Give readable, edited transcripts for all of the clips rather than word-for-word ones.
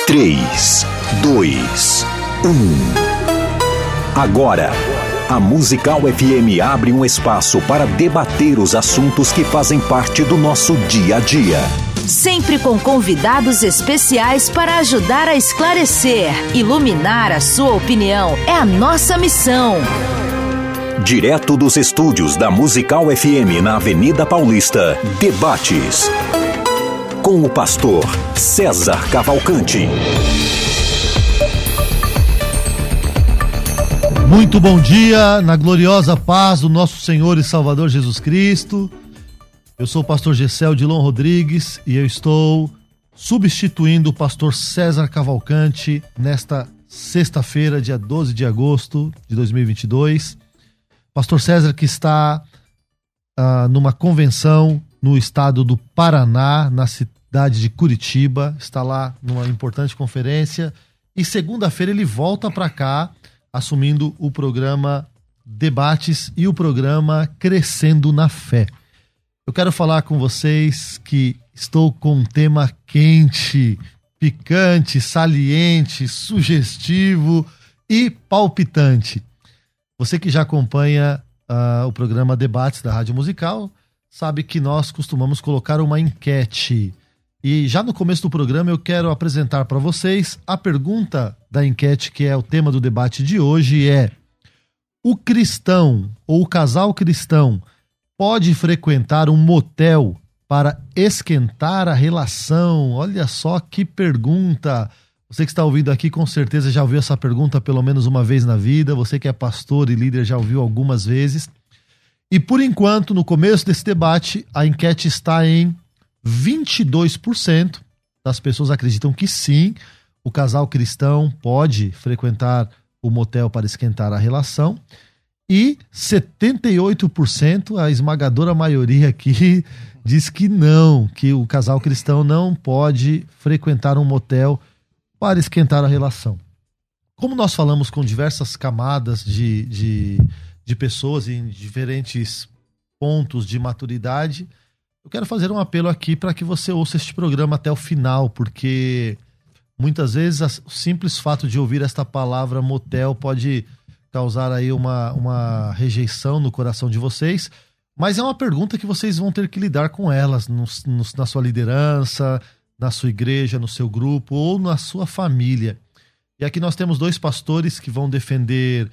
3, 2, 1. Agora, a Musical FM abre um espaço para debater os assuntos que fazem parte do nosso dia a dia. Sempre com convidados especiais para ajudar a esclarecer, iluminar a sua opinião. É a nossa missão. Direto dos estúdios da Musical FM na Avenida Paulista, debates com o pastor César Cavalcante. Muito bom dia, na gloriosa paz do nosso Senhor e Salvador Jesus Cristo. Eu sou o pastor Gessel Dilon Rodrigues e eu estou substituindo o pastor César Cavalcante nesta sexta-feira, dia 12 de agosto de 2022. Pastor César que está numa convenção no estado do Paraná, na cidade de Curitiba, está lá numa importante conferência e segunda-feira ele volta para cá assumindo o programa Debates e o programa Crescendo na Fé. Eu quero falar com vocês que estou com um tema quente, picante, saliente, sugestivo e palpitante. Você que já acompanha o programa Debates da Rádio Musical sabe que nós costumamos colocar uma enquete. E já no começo do programa eu quero apresentar para vocês a pergunta da enquete, que é o tema do debate de hoje, é: o cristão ou o casal cristão pode frequentar um motel para esquentar a relação? Olha só que pergunta! Você que está ouvindo aqui com certeza já ouviu essa pergunta pelo menos uma vez na vida. Você que é pastor e líder já ouviu algumas vezes. E por enquanto, no começo desse debate, a enquete está em 22% das pessoas acreditam que sim, o casal cristão pode frequentar o motel para esquentar a relação. E 78%, a esmagadora maioria aqui, diz que não, que o casal cristão não pode frequentar um motel para esquentar a relação. Como nós falamos com diversas camadas de pessoas em diferentes pontos de maturidade, eu quero fazer um apelo aqui para que você ouça este programa até o final, porque muitas vezes o simples fato de ouvir esta palavra motel pode causar aí uma rejeição no coração de vocês, mas é uma pergunta que vocês vão ter que lidar com elas na sua liderança, na sua igreja, no seu grupo ou na sua família. E aqui nós temos dois pastores que vão defender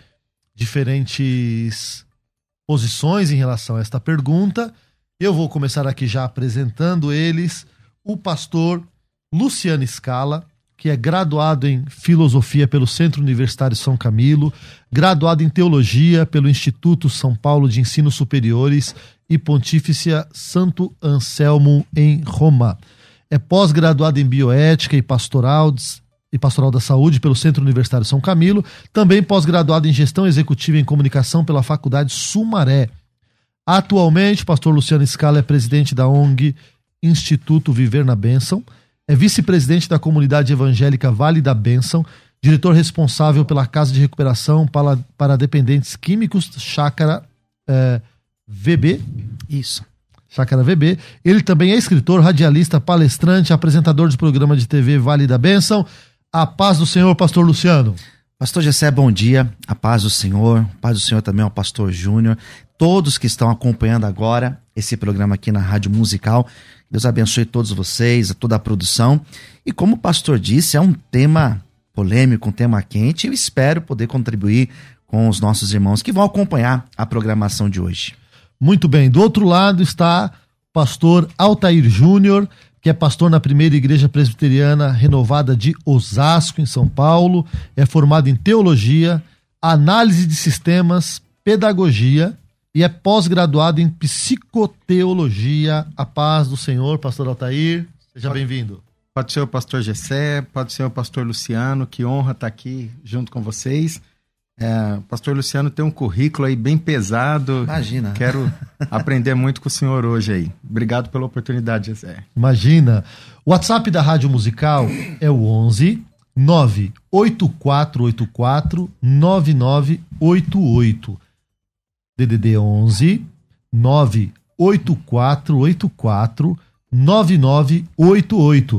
diferentes posições em relação a esta pergunta. Eu vou começar aqui já apresentando eles. O pastor Luciano Scala, que é graduado em Filosofia pelo Centro Universitário São Camilo, graduado em Teologia pelo Instituto São Paulo de Ensino Superiores e Pontifícia Santo Anselmo em Roma. É pós-graduado em Bioética e Pastoral da Saúde pelo Centro Universitário São Camilo, também pós-graduado em Gestão Executiva e em Comunicação pela Faculdade Sumaré. Atualmente, o pastor Luciano Scala é presidente da ONG Instituto Viver na Bênção, é vice-presidente da Comunidade Evangélica Vale da Bênção, diretor responsável pela Casa de Recuperação para Dependentes Químicos, Chácara VB. Isso. Chácara VB. Ele também é escritor, radialista, palestrante, apresentador do programa de TV Vale da Bênção. A paz do Senhor, pastor Luciano. Pastor Gessé, bom dia. A paz do Senhor. A paz do Senhor também ao pastor Júnior. Todos que estão acompanhando agora esse programa aqui na Rádio Musical. Deus abençoe todos vocês, toda a produção. E como o pastor disse, é um tema polêmico, um tema quente. Eu espero poder contribuir com os nossos irmãos que vão acompanhar a programação de hoje. Muito bem. Do outro lado está o pastor Altair Júnior, que é pastor na Primeira Igreja Presbiteriana Renovada de Osasco, em São Paulo. É formado em Teologia, Análise de Sistemas, Pedagogia e é pós-graduado em Psicoteologia. A paz do Senhor, pastor Altair. Seja bem-vindo. Pode ser o pastor Gessé, pode ser o pastor Luciano, que honra estar aqui junto com vocês. O pastor Luciano tem um currículo aí bem pesado. Imagina. Quero aprender muito com o senhor hoje aí. Obrigado pela oportunidade, Gessé. Imagina. O WhatsApp da Rádio Musical é o 11 98484 9988. DDD 11 98484 9988.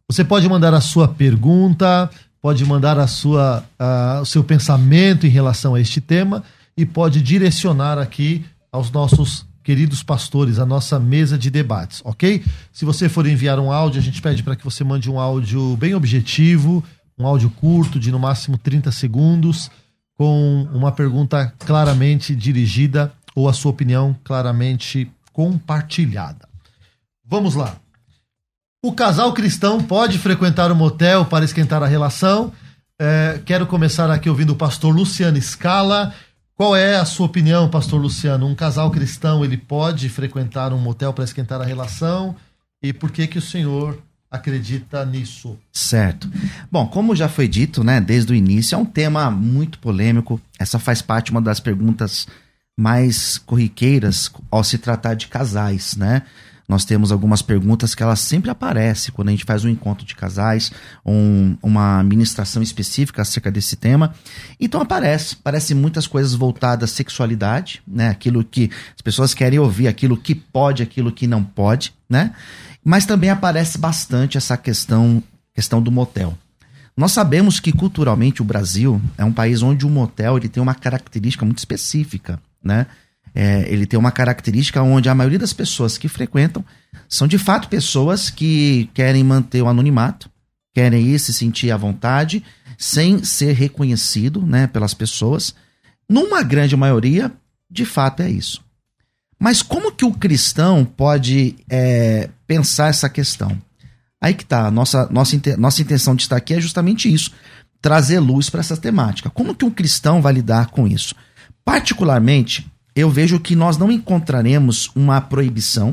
Você pode mandar a sua pergunta, pode mandar o seu pensamento em relação a este tema e pode direcionar aqui aos nossos queridos pastores, a nossa mesa de debates, ok? Se você for enviar um áudio, a gente pede para que você mande um áudio bem objetivo, um áudio curto de no máximo 30 segundos, com uma pergunta claramente dirigida ou a sua opinião claramente compartilhada. Vamos lá. O casal cristão pode frequentar um motel para esquentar a relação? Quero começar aqui ouvindo o pastor Luciano Scala. Qual é a sua opinião, pastor Luciano? Um casal cristão, ele pode frequentar um motel para esquentar a relação? E por que o senhor acredita nisso? Certo. Bom, como já foi dito, né, desde o início, é um tema muito polêmico. Essa faz parte de uma das perguntas mais corriqueiras ao se tratar de casais, né? Nós temos algumas perguntas que elas sempre aparecem quando a gente faz um encontro de casais, uma ministração específica acerca desse tema. Então aparece muitas coisas voltadas à sexualidade, né? Aquilo que as pessoas querem ouvir, aquilo que pode, aquilo que não pode, né? Mas também aparece bastante essa questão do motel. Nós sabemos que culturalmente o Brasil é um país onde o motel ele tem uma característica muito específica, né? Ele tem uma característica onde a maioria das pessoas que frequentam são de fato pessoas que querem manter o anonimato, querem ir se sentir à vontade, sem ser reconhecido, né, pelas pessoas. Numa grande maioria, de fato é isso. Mas como que o cristão pode pensar essa questão? Aí que tá, nossa intenção de estar aqui é justamente isso, trazer luz para essa temática. Como que um cristão vai lidar com isso? Particularmente, eu vejo que nós não encontraremos uma proibição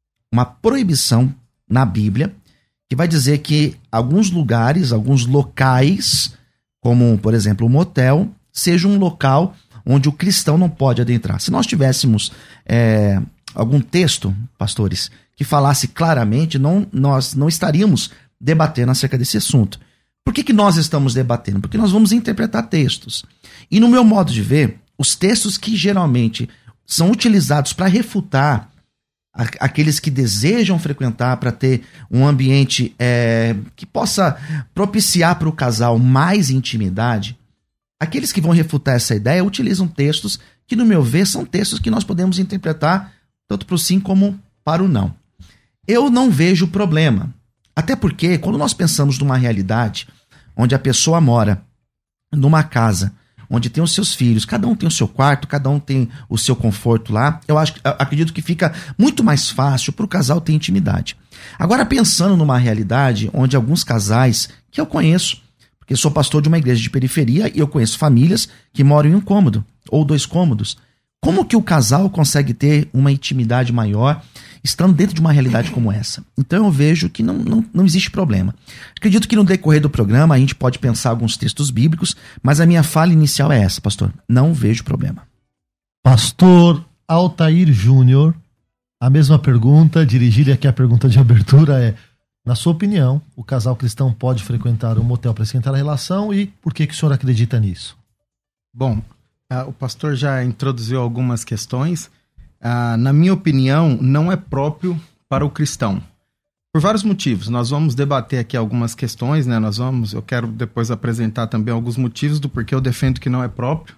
na Bíblia, que vai dizer que alguns lugares, alguns locais, como, por exemplo, um motel, seja um local onde o cristão não pode adentrar. Se nós tivéssemos algum texto, pastores, que falasse claramente, nós não estaríamos debatendo acerca desse assunto. Por que nós estamos debatendo? Porque nós vamos interpretar textos. E no meu modo de ver, os textos que geralmente são utilizados para refutar aqueles que desejam frequentar para ter um ambiente que possa propiciar para o casal mais intimidade, aqueles que vão refutar essa ideia utilizam textos que, no meu ver, são textos que nós podemos interpretar tanto para o sim como para o não. Eu não vejo problema. Até porque, quando nós pensamos numa realidade onde a pessoa mora numa casa onde tem os seus filhos, cada um tem o seu quarto, cada um tem o seu conforto lá, eu acredito que fica muito mais fácil para o casal ter intimidade. Agora, pensando numa realidade onde alguns casais, que eu conheço, porque sou pastor de uma igreja de periferia e eu conheço famílias que moram em um cômodo ou 2 cômodos, como que o casal consegue ter uma intimidade maior estando dentro de uma realidade como essa? Então eu vejo que não existe problema. Acredito que no decorrer do programa a gente pode pensar alguns textos bíblicos, mas a minha fala inicial é essa, pastor. Não vejo problema. Pastor Altair Júnior, a mesma pergunta, dirigir aqui a pergunta de abertura é: na sua opinião, o casal cristão pode frequentar um motel para esquentar a relação e por que o senhor acredita nisso? Bom, o pastor já introduziu algumas questões. Na minha opinião, não é próprio para o cristão. Por vários motivos. Nós vamos debater aqui algumas questões, né? Eu quero depois apresentar também alguns motivos do porquê eu defendo que não é próprio.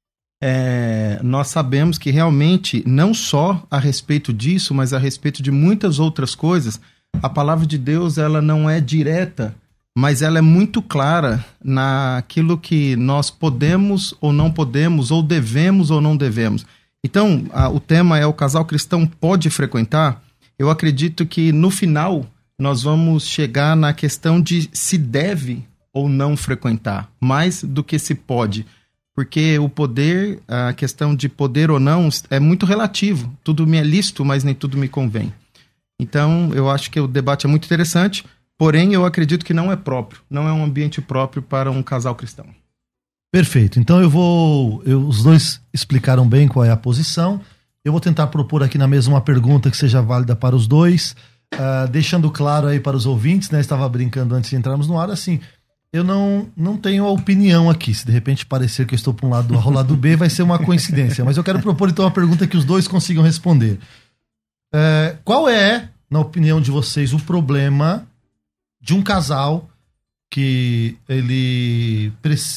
Nós sabemos que realmente, não só a respeito disso, mas a respeito de muitas outras coisas, a palavra de Deus ela não é direta, mas ela é muito clara naquilo que nós podemos ou não podemos, ou devemos ou não devemos. Então, o tema é: o casal cristão pode frequentar? Eu acredito que no final nós vamos chegar na questão de se deve ou não frequentar, mais do que se pode. Porque o poder, a questão de poder ou não, é muito relativo. Tudo me é lícito, mas nem tudo me convém. Então, eu acho que o debate é muito interessante, porém eu acredito que não é próprio, não é um ambiente próprio para um casal cristão. Perfeito, então os dois explicaram bem qual é a posição. Eu vou tentar propor aqui na mesa uma pergunta que seja válida para os dois, deixando claro aí para os ouvintes, né? Estava brincando antes de entrarmos no ar, assim, eu não tenho a opinião aqui. Se de repente parecer que eu estou para um lado ou lado B, vai ser uma coincidência, mas eu quero propor então uma pergunta que os dois consigam responder. Qual é, na opinião de vocês, o problema de um casal que ele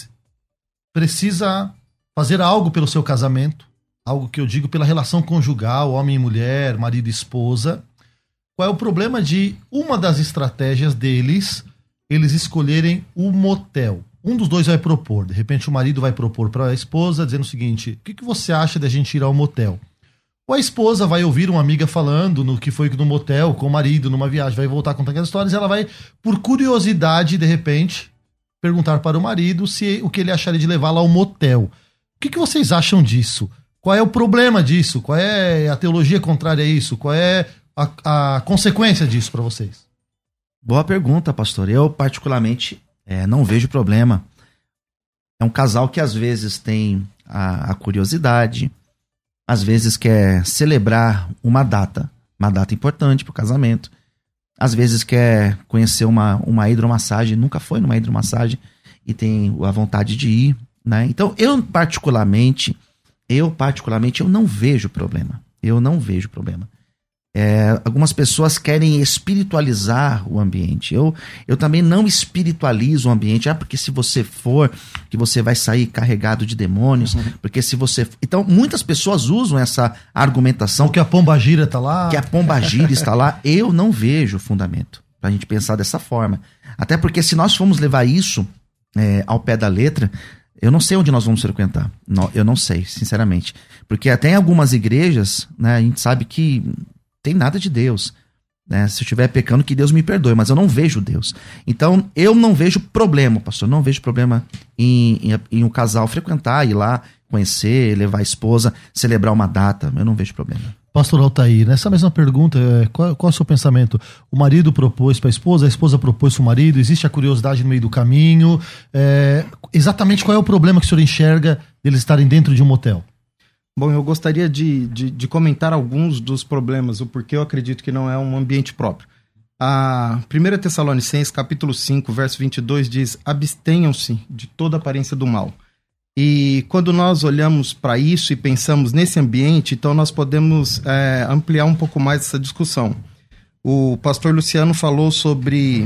precisa fazer algo pelo seu casamento, algo que eu digo pela relação conjugal, homem e mulher, marido e esposa. Qual é o problema de uma das estratégias deles, eles escolherem o motel? Um dos dois vai propor, de repente o marido vai propor para a esposa, dizendo o seguinte: o que você acha da gente ir ao motel? Ou a esposa vai ouvir uma amiga falando no que foi no motel com o marido, numa viagem, vai voltar contando aquelas histórias, e ela vai, por curiosidade, de repente, perguntar para o marido o que ele acharia de levá-la ao motel. O que vocês acham disso? Qual é o problema disso? Qual é a teologia contrária a isso? Qual é a consequência disso para vocês? Boa pergunta, pastor. Eu, particularmente, não vejo problema. É um casal que às vezes tem a curiosidade, às vezes quer celebrar uma data importante para o casamento, às vezes quer conhecer uma hidromassagem, nunca foi numa hidromassagem e tem a vontade de ir, né? Então, eu particularmente não vejo problema. Eu não vejo problema. Algumas pessoas querem espiritualizar o ambiente. Eu também não espiritualizo o ambiente. Porque se você for, que você vai sair carregado de demônios. Porque se você... Então, muitas pessoas usam essa argumentação. Que a pombagira está lá. Que a pombagira está lá. Eu não vejo fundamento pra gente pensar dessa forma. Até porque se nós formos levar isso ao pé da letra, eu não sei onde nós vamos frequentar. Eu não sei, sinceramente. Porque até em algumas igrejas, né, a gente sabe que tem nada de Deus, né? Se eu estiver pecando, que Deus me perdoe, mas eu não vejo Deus. Então, eu não vejo problema, pastor. Não vejo problema em um casal frequentar, ir lá, conhecer, levar a esposa, celebrar uma data. Eu não vejo problema. Pastor Altair, nessa mesma pergunta, qual é o seu pensamento? O marido propôs para a esposa propôs para o marido, existe a curiosidade no meio do caminho. Exatamente qual é o problema que o senhor enxerga deles estarem dentro de um motel? Bom, eu gostaria de comentar alguns dos problemas, o porquê eu acredito que não é um ambiente próprio. A 1 Tessalonicenses, capítulo 5, verso 22, diz: abstenham-se de toda aparência do mal. E quando nós olhamos para isso e pensamos nesse ambiente, então nós podemos ampliar um pouco mais essa discussão. O pastor Luciano falou sobre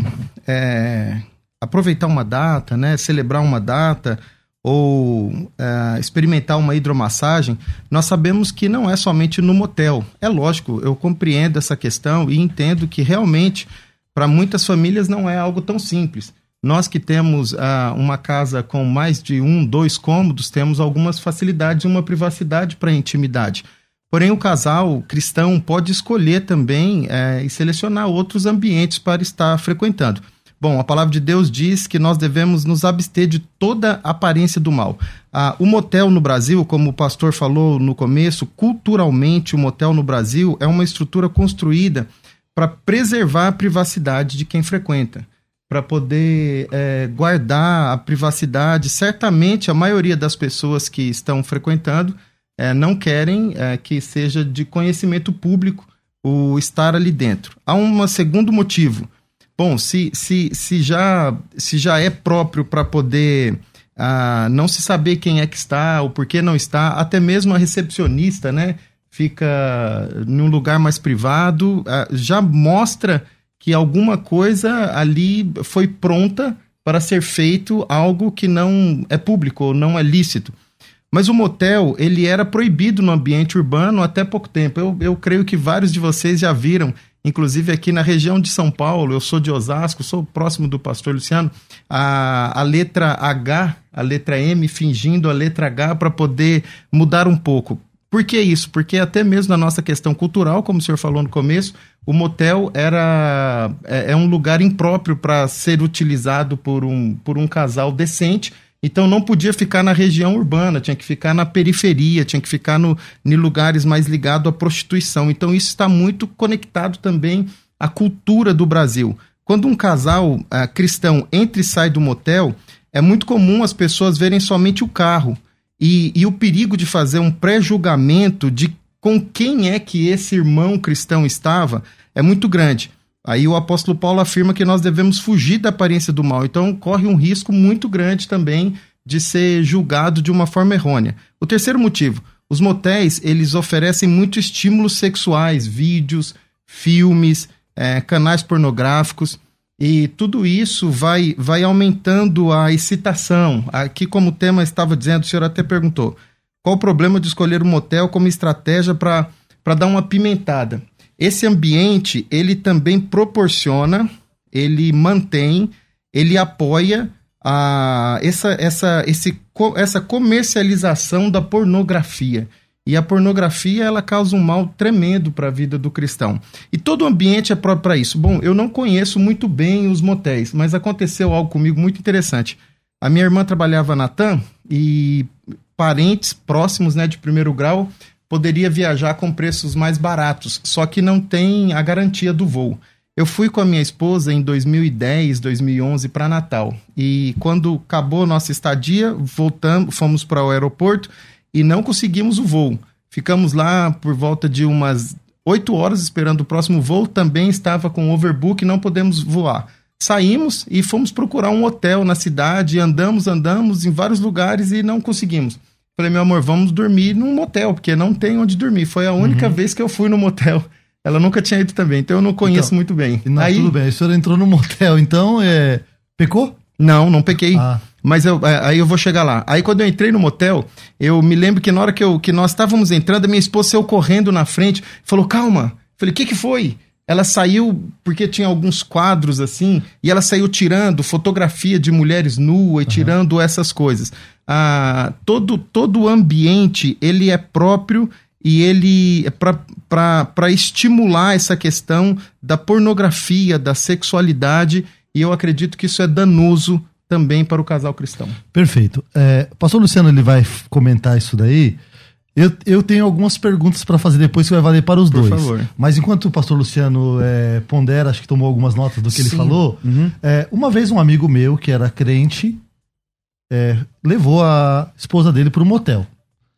aproveitar uma data, né, celebrar uma data, ou experimentar uma hidromassagem. Nós sabemos que não é somente no motel. É lógico, eu compreendo essa questão e entendo que realmente, para muitas famílias, não é algo tão simples. Nós que temos uma casa com mais de 1, 2 cômodos, temos algumas facilidades e uma privacidade para a intimidade. Porém, o casal cristão pode escolher também e selecionar outros ambientes para estar frequentando. Bom, a palavra de Deus diz que nós devemos nos abster de toda aparência do mal. O motel no Brasil, como o pastor falou no começo, culturalmente o motel no Brasil é uma estrutura construída para preservar a privacidade de quem frequenta, para poder guardar a privacidade. Certamente a maioria das pessoas que estão frequentando não querem que seja de conhecimento público o estar ali dentro. Há um segundo motivo. Bom, se já é próprio para poder não se saber quem é que está, ou por que não está, até mesmo a recepcionista, né, fica num lugar mais privado, já mostra que alguma coisa ali foi pronta para ser feito algo que não é público ou não é lícito. Mas o motel, ele era proibido no ambiente urbano até pouco tempo. Eu creio que vários de vocês já viram, inclusive aqui na região de São Paulo. Eu sou de Osasco, sou próximo do pastor Luciano, a letra H, a letra M fingindo a letra H para poder mudar um pouco. Por que isso? Porque até mesmo na nossa questão cultural, como o senhor falou no começo, o motel é um lugar impróprio para ser utilizado por um casal decente. Então não podia ficar na região urbana, tinha que ficar na periferia, tinha que ficar em lugares mais ligados à prostituição. Então isso está muito conectado também à cultura do Brasil. Quando um casal cristão entra e sai do motel, é muito comum as pessoas verem somente o carro. E o perigo de fazer um pré-julgamento de com quem é que esse irmão cristão estava é muito grande. Aí o apóstolo Paulo afirma que nós devemos fugir da aparência do mal. Então corre um risco muito grande também de ser julgado de uma forma errônea. O terceiro motivo, os motéis, eles oferecem muitos estímulos sexuais, vídeos, filmes, canais pornográficos. E tudo isso vai aumentando a excitação. Aqui, como o tema estava dizendo, o senhor até perguntou, qual o problema de escolher um motel como estratégia para dar uma apimentada? Esse ambiente, ele também proporciona, ele mantém, ele apoia essa comercialização da pornografia. E a pornografia, ela causa um mal tremendo para a vida do cristão. E todo o ambiente é próprio para isso. Bom, eu não conheço muito bem os motéis, mas aconteceu algo comigo muito interessante. A minha irmã trabalhava na TAM e parentes próximos, né, de primeiro grau, poderia viajar com preços mais baratos, só que não tem a garantia do voo. Eu fui com a minha esposa em 2010, 2011 para Natal. E quando acabou nossa estadia, fomos para o aeroporto e não conseguimos o voo. Ficamos lá por volta de umas 8 horas esperando o próximo voo. Também estava com overbook, não podemos voar. Saímos e fomos procurar um hotel na cidade. Andamos em vários lugares e não conseguimos. Falei, meu amor, vamos dormir num motel, porque não tem onde dormir. Foi a única vez que eu fui no motel. Ela nunca tinha ido também, então eu não conheço muito bem. Não, aí, tudo bem, a senhora entrou no motel, então pecou? Não pequei. Mas aí eu vou chegar lá. Aí quando eu entrei no motel, eu me lembro que na hora que nós estávamos entrando, a minha esposa saiu correndo na frente, falou, calma. Falei, o que foi? Ela saiu, porque tinha alguns quadros assim, e ela saiu tirando fotografia de mulheres nuas e tirando essas coisas. Todo o ambiente, ele é próprio e ele é para estimular essa questão da pornografia, da sexualidade, e eu acredito que isso é danoso também para o casal cristão. Perfeito. O pastor Luciano, ele vai comentar isso daí. Eu tenho algumas perguntas para fazer depois que vai valer para os dois. Por favor. Mas enquanto o pastor Luciano pondera, acho que tomou algumas notas do que ele falou, uma vez um amigo meu, que era crente, levou a esposa dele para um motel.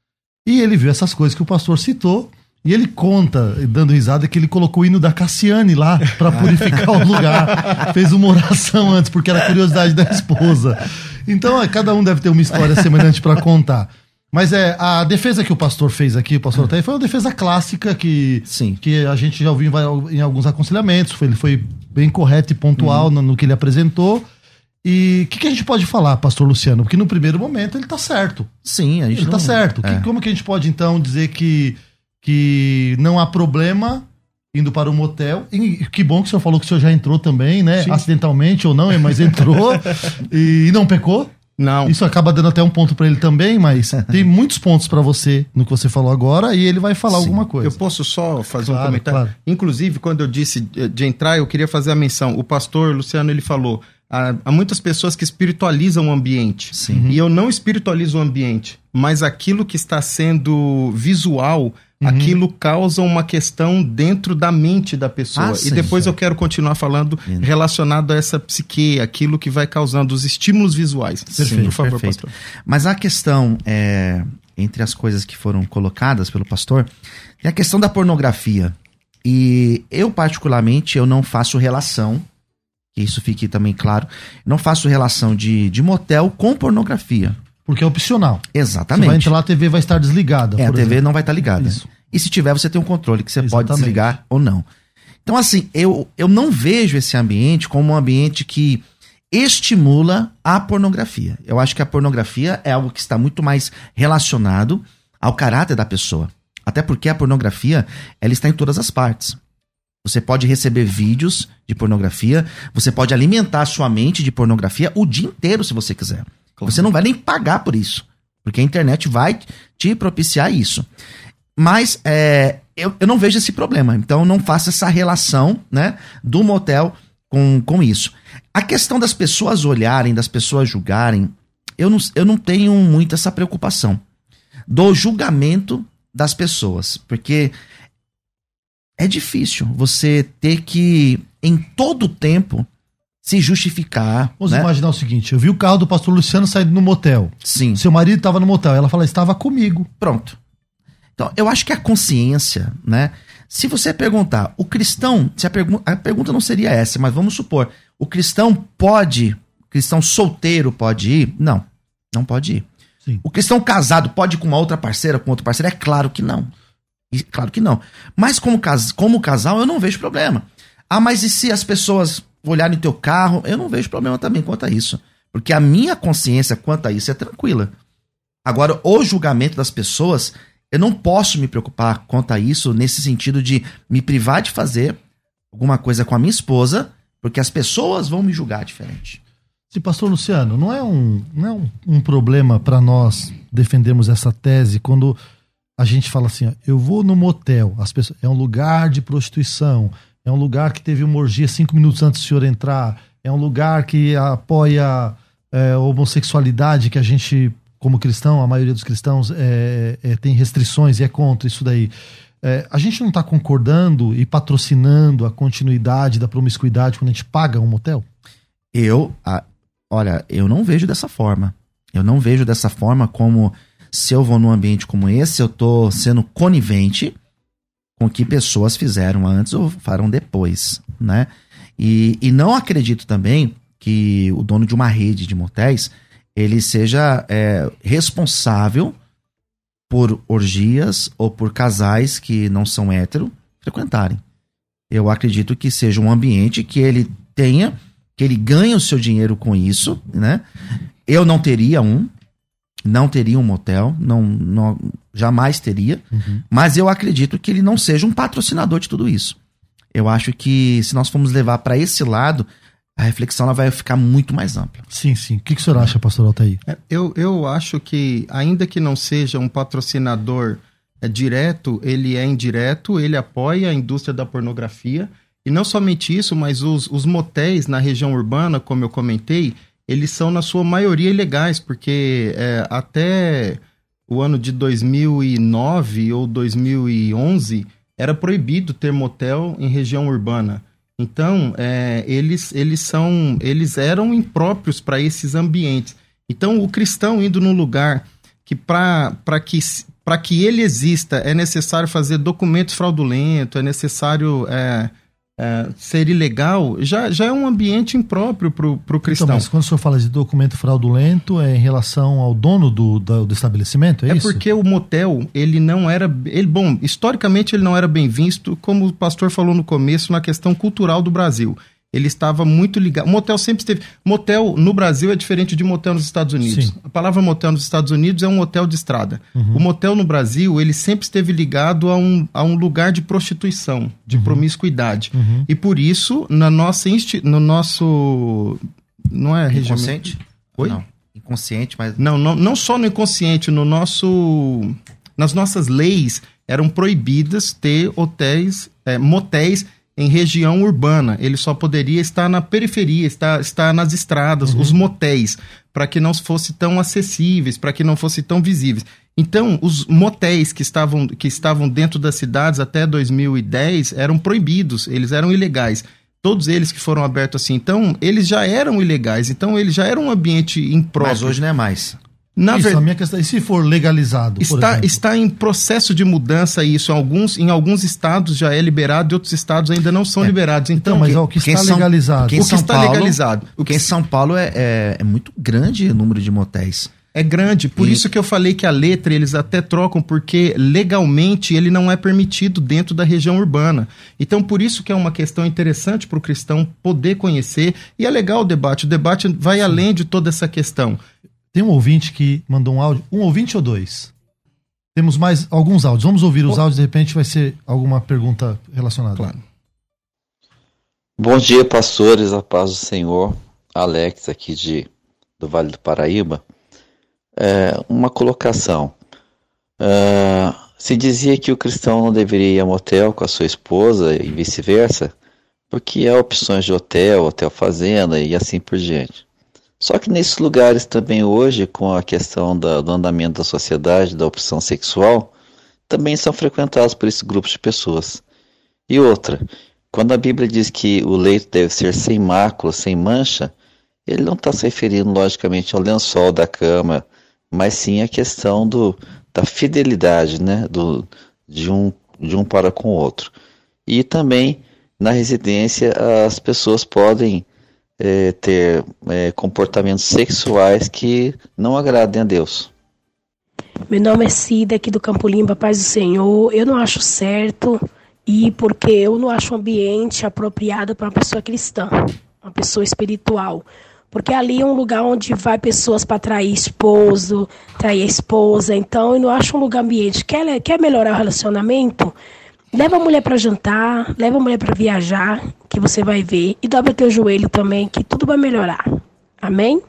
E ele viu essas coisas que o pastor citou, e ele conta, dando risada, que ele colocou o hino da Cassiane lá para purificar o lugar. Fez uma oração antes, porque era a curiosidade da esposa. Então, cada um deve ter uma história semelhante para contar. Mas a defesa que o pastor fez aqui, o pastor Otaí, foi uma defesa clássica que a gente já ouviu em alguns aconselhamentos. Ele foi bem correto e pontual no que ele apresentou. E o que a gente pode falar, pastor Luciano? Porque no primeiro momento ele tá certo. Sim, a gente tá certo. Como que a gente pode, então, dizer que não há problema indo para o motel? E que bom que o senhor falou que o senhor já entrou também, né? Sim. Acidentalmente ou não, mas entrou e não pecou? Não. Isso acaba dando até um ponto para ele também, mas tem muitos pontos para você no que você falou agora e ele vai falar alguma coisa. Eu posso só fazer um comentário? Claro. Inclusive, quando eu disse de entrar, eu queria fazer a menção. O pastor Luciano, ele falou, há muitas pessoas que espiritualizam o ambiente. Sim. E eu não espiritualizo o ambiente, mas aquilo que está sendo visual, aquilo causa uma questão dentro da mente da pessoa. E depois eu quero continuar falando relacionado a essa psique, aquilo que vai causando os estímulos visuais. Sim, por favor, pastor. Mas a questão, entre as coisas que foram colocadas pelo pastor, é a questão da pornografia. E eu, particularmente, eu não faço relação, que isso fique também claro, não faço relação de motel com pornografia. Porque é opcional. Exatamente. Você vai entrar lá, a TV vai estar desligada. A TV não vai estar ligada. Isso. E se tiver, você tem um controle que você pode desligar ou não. Então, assim, eu não vejo esse ambiente como um ambiente que estimula a pornografia. Eu acho que a pornografia é algo que está muito mais relacionado ao caráter da pessoa. Até porque a pornografia, ela está em todas as partes. Você pode receber vídeos de pornografia, você pode alimentar a sua mente de pornografia o dia inteiro, se você quiser. Você não vai nem pagar por isso, porque a internet vai te propiciar isso. Mas eu não vejo esse problema, então não faço essa relação, né, do motel com isso. A questão das pessoas olharem, das pessoas julgarem, eu não tenho muito essa preocupação do julgamento das pessoas, porque é difícil você ter que, em todo tempo, se justificar. Vamos imaginar o seguinte, eu vi o carro do pastor Luciano saindo no motel. Sim. Seu marido estava no motel, ela fala, estava comigo. Pronto. Então, eu acho que a consciência, né? Se você perguntar, o cristão, a pergunta não seria essa, mas vamos supor, o cristão solteiro pode ir? Não, não pode ir. Sim. O cristão casado pode ir com uma outra parceira, com outro parceiro? É claro que não. Claro que não. Mas como casal, eu não vejo problema. Mas e se as pessoas olhar no teu carro, eu não vejo problema também quanto a isso. Porque a minha consciência quanto a isso é tranquila. Agora, o julgamento das pessoas, eu não posso me preocupar quanto a isso nesse sentido de me privar de fazer alguma coisa com a minha esposa, porque as pessoas vão me julgar diferente. Sim, pastor Luciano, não é um problema para nós defendermos essa tese quando a gente fala assim, ó, eu vou no motel, as pessoas, é um lugar de prostituição, é um lugar que teve uma orgia 5 minutos antes do senhor entrar, é um lugar que apoia homossexualidade, que a gente, como cristão, a maioria dos cristãos tem restrições e é contra isso daí. A gente não está concordando e patrocinando a continuidade da promiscuidade quando a gente paga um motel? Olha, eu não vejo dessa forma. Eu não vejo dessa forma como se eu vou num ambiente como esse, eu tô sendo conivente com o que pessoas fizeram antes ou farão depois, né? E não acredito também que o dono de uma rede de motéis, ele seja responsável por orgias ou por casais que não são hétero frequentarem. Eu acredito que seja um ambiente que ele ganhe o seu dinheiro com isso, né? Eu não teria um motel, não, jamais teria, mas eu acredito que ele não seja um patrocinador de tudo isso. Eu acho que se nós formos levar para esse lado, a reflexão ela vai ficar muito mais ampla. Sim. O que o senhor acha, pastor Altair? Eu acho que, ainda que não seja um patrocinador direto, ele é indireto, ele apoia a indústria da pornografia. E não somente isso, mas os motéis na região urbana, como eu comentei, eles são, na sua maioria, ilegais, porque até o ano de 2009 ou 2011, era proibido ter motel em região urbana. Então, eles eram impróprios para esses ambientes. Então, o cristão indo num lugar que, para que ele exista, é necessário fazer documentos fraudulentos, é necessário ser ilegal, já é um ambiente impróprio para o cristão. Então, mas quando o senhor fala de documento fraudulento, é em relação ao dono do estabelecimento, é isso? É porque o motel, ele não era... historicamente ele não era bem visto, como o pastor falou no começo, na questão cultural do Brasil. Ele estava muito ligado... O motel sempre esteve... Motel no Brasil é diferente de motel nos Estados Unidos. Sim. A palavra motel nos Estados Unidos é um hotel de estrada. O motel no Brasil, ele sempre esteve ligado a um lugar de prostituição, de promiscuidade. E por isso, no nosso... Não é inconsciente? Oi? Não. Inconsciente, mas... Não só no inconsciente, nas nossas leis eram proibidas ter motéis em região urbana. Ele só poderia estar na periferia, estar nas estradas, os motéis, para que não fossem tão acessíveis, para que não fossem tão visíveis. Então, os motéis que estavam dentro das cidades até 2010 eram proibidos, eles eram ilegais. Todos eles que foram abertos assim. Então, eles já eram ilegais, então eles já eram um ambiente impróprio. Mas hoje não é mais. A minha questão é, se for legalizado, está em processo de mudança isso. Em alguns estados já é liberado, e outros estados ainda não são liberados. Então, mas o que está legalizado? O que em São Paulo é muito grande o número de motéis. É grande, por isso que eu falei que a letra eles até trocam, porque legalmente ele não é permitido dentro da região urbana. Então, por isso que é uma questão interessante para o cristão poder conhecer, e é legal o debate vai além de toda essa questão. Tem um ouvinte que mandou um áudio, um ouvinte ou dois? Temos mais alguns áudios, vamos ouvir os áudios, de repente vai ser alguma pergunta relacionada. Claro. Bom dia, pastores, a paz do Senhor. Alex, aqui do Vale do Paraíba. Uma colocação. Se dizia que o cristão não deveria ir a motel com a sua esposa e vice-versa, porque há opções de hotel fazenda e assim por diante. Só que nesses lugares também hoje, com a questão do andamento da sociedade, da opção sexual, também são frequentados por esse grupo de pessoas. E outra, quando a Bíblia diz que o leito deve ser sem mácula, sem mancha, ele não está se referindo logicamente ao lençol da cama, mas sim à questão da fidelidade, né, de um para com o outro. E também na residência as pessoas podem ter comportamentos sexuais que não agradem a Deus. Meu nome é Cida, aqui do Campo Limpo, paz do Senhor. Eu não acho certo porque eu não acho um ambiente apropriado para uma pessoa cristã. uma pessoa espiritual. Porque ali é um lugar onde vai pessoas para trair esposo, trair a esposa. Então, eu não acho um lugar ambiente. Quer melhorar o relacionamento? Leva a mulher para jantar, leva a mulher para viajar, que você vai ver. E dobra teu joelho também, que tudo vai melhorar. Amém?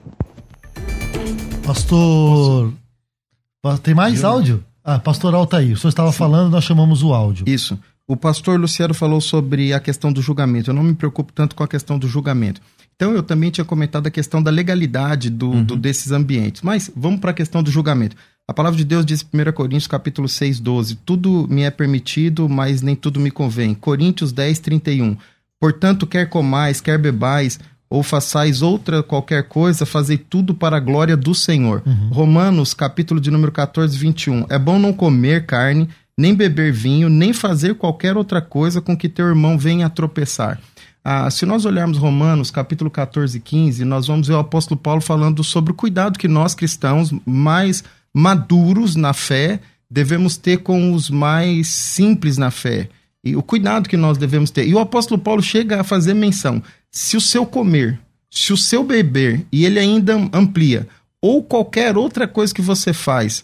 Pastor, tem mais áudio? Pastor Altair, o senhor estava falando, nós chamamos o áudio. Isso. O pastor Luciano falou sobre a questão do julgamento. Eu não me preocupo tanto com a questão do julgamento. Então, eu também tinha comentado a questão da legalidade desses ambientes. Mas vamos para a questão do julgamento. A palavra de Deus diz em 1 Coríntios capítulo 6, 12, tudo me é permitido, mas nem tudo me convém. Coríntios 10, 31, portanto, quer comais, quer bebais, ou façais outra qualquer coisa, fazei tudo para a glória do Senhor. Romanos capítulo de número 14, 21, é bom não comer carne, nem beber vinho, nem fazer qualquer outra coisa com que teu irmão venha a tropeçar. Se nós olharmos Romanos, capítulo 14 e 15, nós vamos ver o apóstolo Paulo falando sobre o cuidado que nós cristãos mais maduros na fé devemos ter com os mais simples na fé. E o cuidado que nós devemos ter. E o apóstolo Paulo chega a fazer menção. Se o seu comer, se o seu beber, e ele ainda amplia, ou qualquer outra coisa que você faz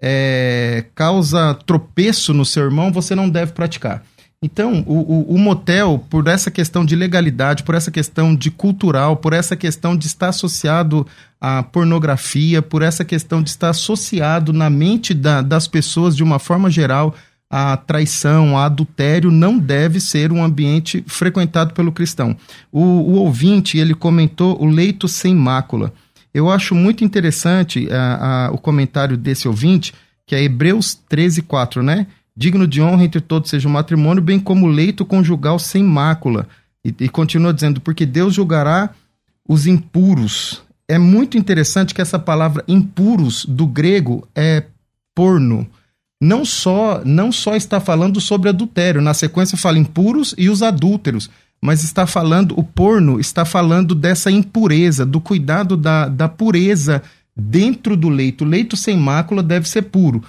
causa tropeço no seu irmão, você não deve praticar. Então, o motel, por essa questão de legalidade, por essa questão de cultural, por essa questão de estar associado à pornografia, por essa questão de estar associado na mente das pessoas, de uma forma geral, à traição, a adultério, não deve ser um ambiente frequentado pelo cristão. O ouvinte, ele comentou o leito sem mácula. Eu acho muito interessante o comentário desse ouvinte, que é Hebreus 13:4, né? Digno de honra entre todos seja o matrimônio, bem como o leito conjugal sem mácula. E continua dizendo, porque Deus julgará os impuros. É muito interessante que essa palavra impuros, do grego, é porno. Não só está falando sobre adultério. Na sequência fala impuros e os adúlteros. Mas está falando, o porno está falando dessa impureza, do cuidado da pureza dentro do leito. O leito sem mácula deve ser puro.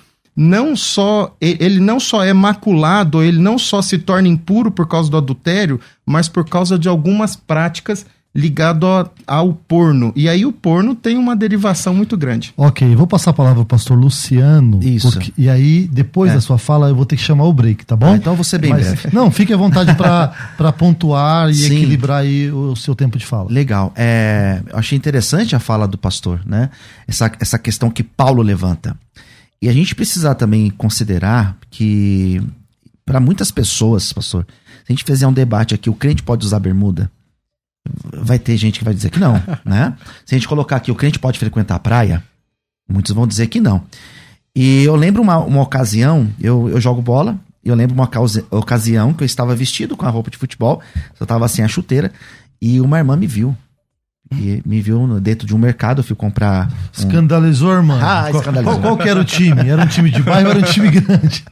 Ele não só é maculado, ele não só se torna impuro por causa do adultério, mas por causa de algumas práticas ligadas ao porno. E aí o porno tem uma derivação muito grande. Ok, vou passar a palavra ao pastor Luciano. Isso. E aí, depois da sua fala, eu vou ter que chamar o break, tá bom? Então eu vou ser bem breve. Não, fique à vontade para pontuar e equilibrar aí o seu tempo de fala. Legal. Eu achei interessante a fala do pastor, né? Essa questão que Paulo levanta. E a gente precisa também considerar que, para muitas pessoas, pastor, se a gente fizer um debate aqui, o crente pode usar bermuda? Vai ter gente que vai dizer que não, né? Se a gente colocar aqui, o crente pode frequentar a praia? Muitos vão dizer que não. E eu lembro uma ocasião, eu jogo bola, e eu lembro uma ocasião que eu estava vestido com a roupa de futebol, eu estava sem a chuteira, e uma irmã me viu. E me viu dentro de um mercado, eu fui comprar... Escandalizou, irmão. Escandalizou. Qual que era o time? Era um time de bairro ou era um time grande?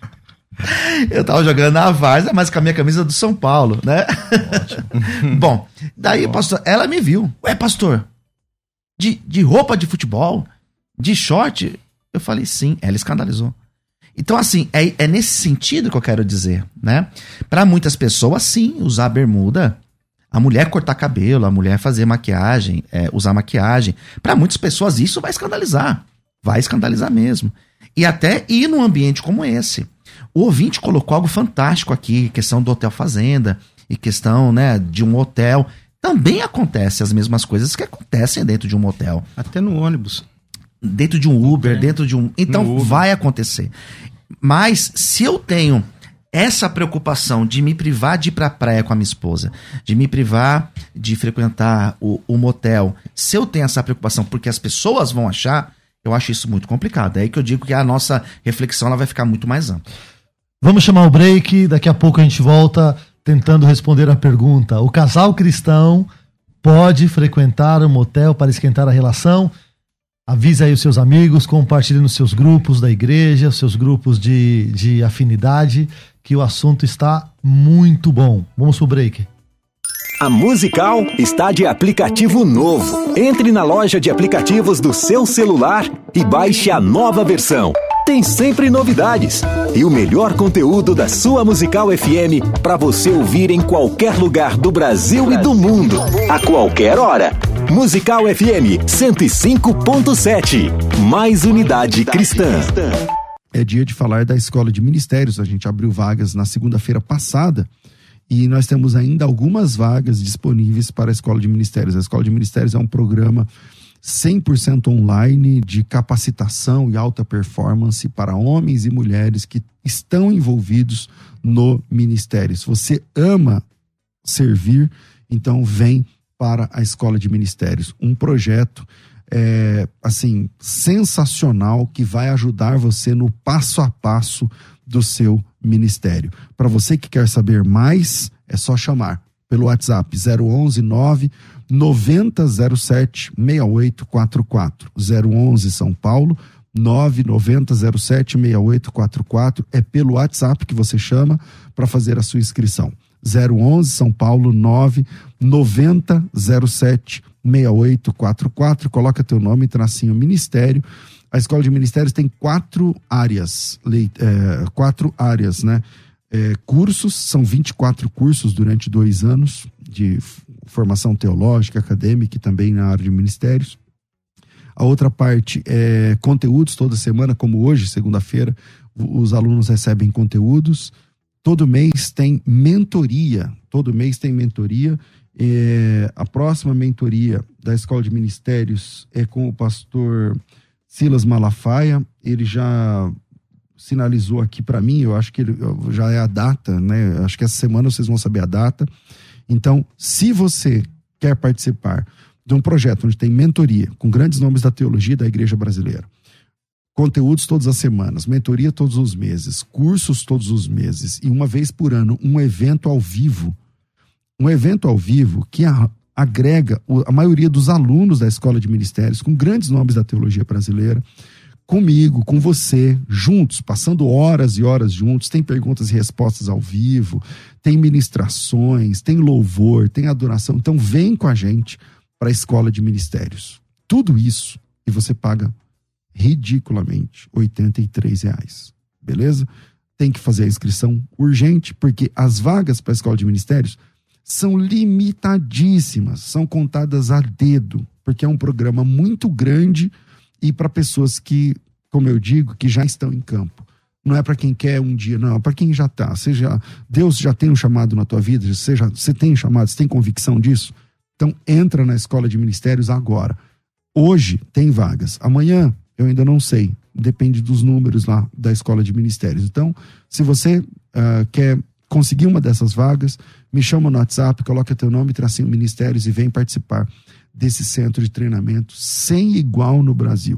Eu tava jogando na Várzea, mas com a minha camisa do São Paulo, né? Ótimo. Bom, daí, pastor, ela me viu. Ué, pastor, de roupa de futebol? De short? Eu falei, sim. Ela escandalizou. Então, assim, é nesse sentido que eu quero dizer, né? Para muitas pessoas, sim, usar bermuda... A mulher cortar cabelo, a mulher fazer maquiagem, usar maquiagem. Para muitas pessoas isso vai escandalizar. Vai escandalizar mesmo. E até ir num ambiente como esse. O ouvinte colocou algo fantástico aqui, questão do hotel fazenda e questão, né, de um hotel. Também acontece as mesmas coisas que acontecem dentro de um motel. Até no ônibus. Dentro de um Uber, dentro de um... Então vai acontecer. Mas se eu tenho... essa preocupação de me privar de ir pra praia com a minha esposa, de me privar de frequentar o motel, se eu tenho essa preocupação porque as pessoas vão achar, eu acho isso muito complicado. É aí que eu digo que a nossa reflexão ela vai ficar muito mais ampla. Vamos chamar o break, daqui a pouco a gente volta tentando responder a pergunta. O casal cristão pode frequentar um motel para esquentar a relação? Avisa aí os seus amigos, compartilhe nos seus grupos da igreja, os seus grupos de afinidade, que o assunto está muito bom. Vamos pro break. A Musical está de aplicativo novo. Entre na loja de aplicativos do seu celular e baixe a nova versão. tem sempre novidades. E o melhor conteúdo da sua Musical FM para você ouvir em qualquer lugar do Brasil e do mundo, a qualquer hora. Musical FM 105.7. Mais unidade cristã. É dia de falar da Escola de Ministérios. A gente abriu vagas na segunda-feira passada e nós temos ainda algumas vagas disponíveis para a Escola de Ministérios. A Escola de Ministérios é um programa 100% online de capacitação e alta performance para homens e mulheres que estão envolvidos no ministério. Se você ama servir, então vem para a Escola de Ministérios. Um projeto sensacional que vai ajudar você no passo a passo do seu ministério. Para você que quer saber mais, é só chamar pelo WhatsApp 011 9007 6844. 011 São Paulo 99007 6844. É pelo WhatsApp que você chama para fazer a sua inscrição. 011 São Paulo 99007 6844. Coloca teu nome, tracinho ministério. A Escola de Ministérios tem 4 áreas, né? Cursos, são 24 cursos durante 2 anos de formação teológica, acadêmica e também na área de ministérios. A outra parte é conteúdos toda semana, como hoje, segunda-feira, os alunos recebem conteúdos. Todo mês tem mentoria. A próxima mentoria da Escola de Ministérios é com o pastor Silas Malafaia. Ele já sinalizou aqui para mim, eu acho que já é a data, né? Acho que essa semana vocês vão saber a data. Então, se você quer participar de um projeto onde tem mentoria com grandes nomes da teologia da igreja brasileira, conteúdos todas as semanas, mentoria todos os meses, cursos todos os meses e uma vez por ano um evento ao vivo que agrega a maioria dos alunos da Escola de Ministérios com grandes nomes da teologia brasileira, comigo, com você, juntos, passando horas e horas juntos. Tem perguntas e respostas ao vivo, tem ministrações, tem louvor, tem adoração. Então vem com a gente para a Escola de Ministérios. Tudo isso e você paga ridiculamente R$83, beleza? Tem que fazer a inscrição urgente, porque as vagas para a Escola de Ministérios são limitadíssimas, são contadas a dedo, porque é um programa muito grande e para pessoas que, como eu digo, que já estão em campo. Não é para quem quer um dia, não, é para quem já está. Deus já tem um chamado na tua vida, você tem chamado, você tem convicção disso? Então entra na Escola de Ministérios agora. Hoje tem vagas, amanhã eu ainda não sei, depende dos números lá da Escola de Ministérios. Então, se você quer conseguir uma dessas vagas, me chama no WhatsApp, coloca teu nome, tracinho Ministérios e vem participar desse centro de treinamento sem igual no Brasil.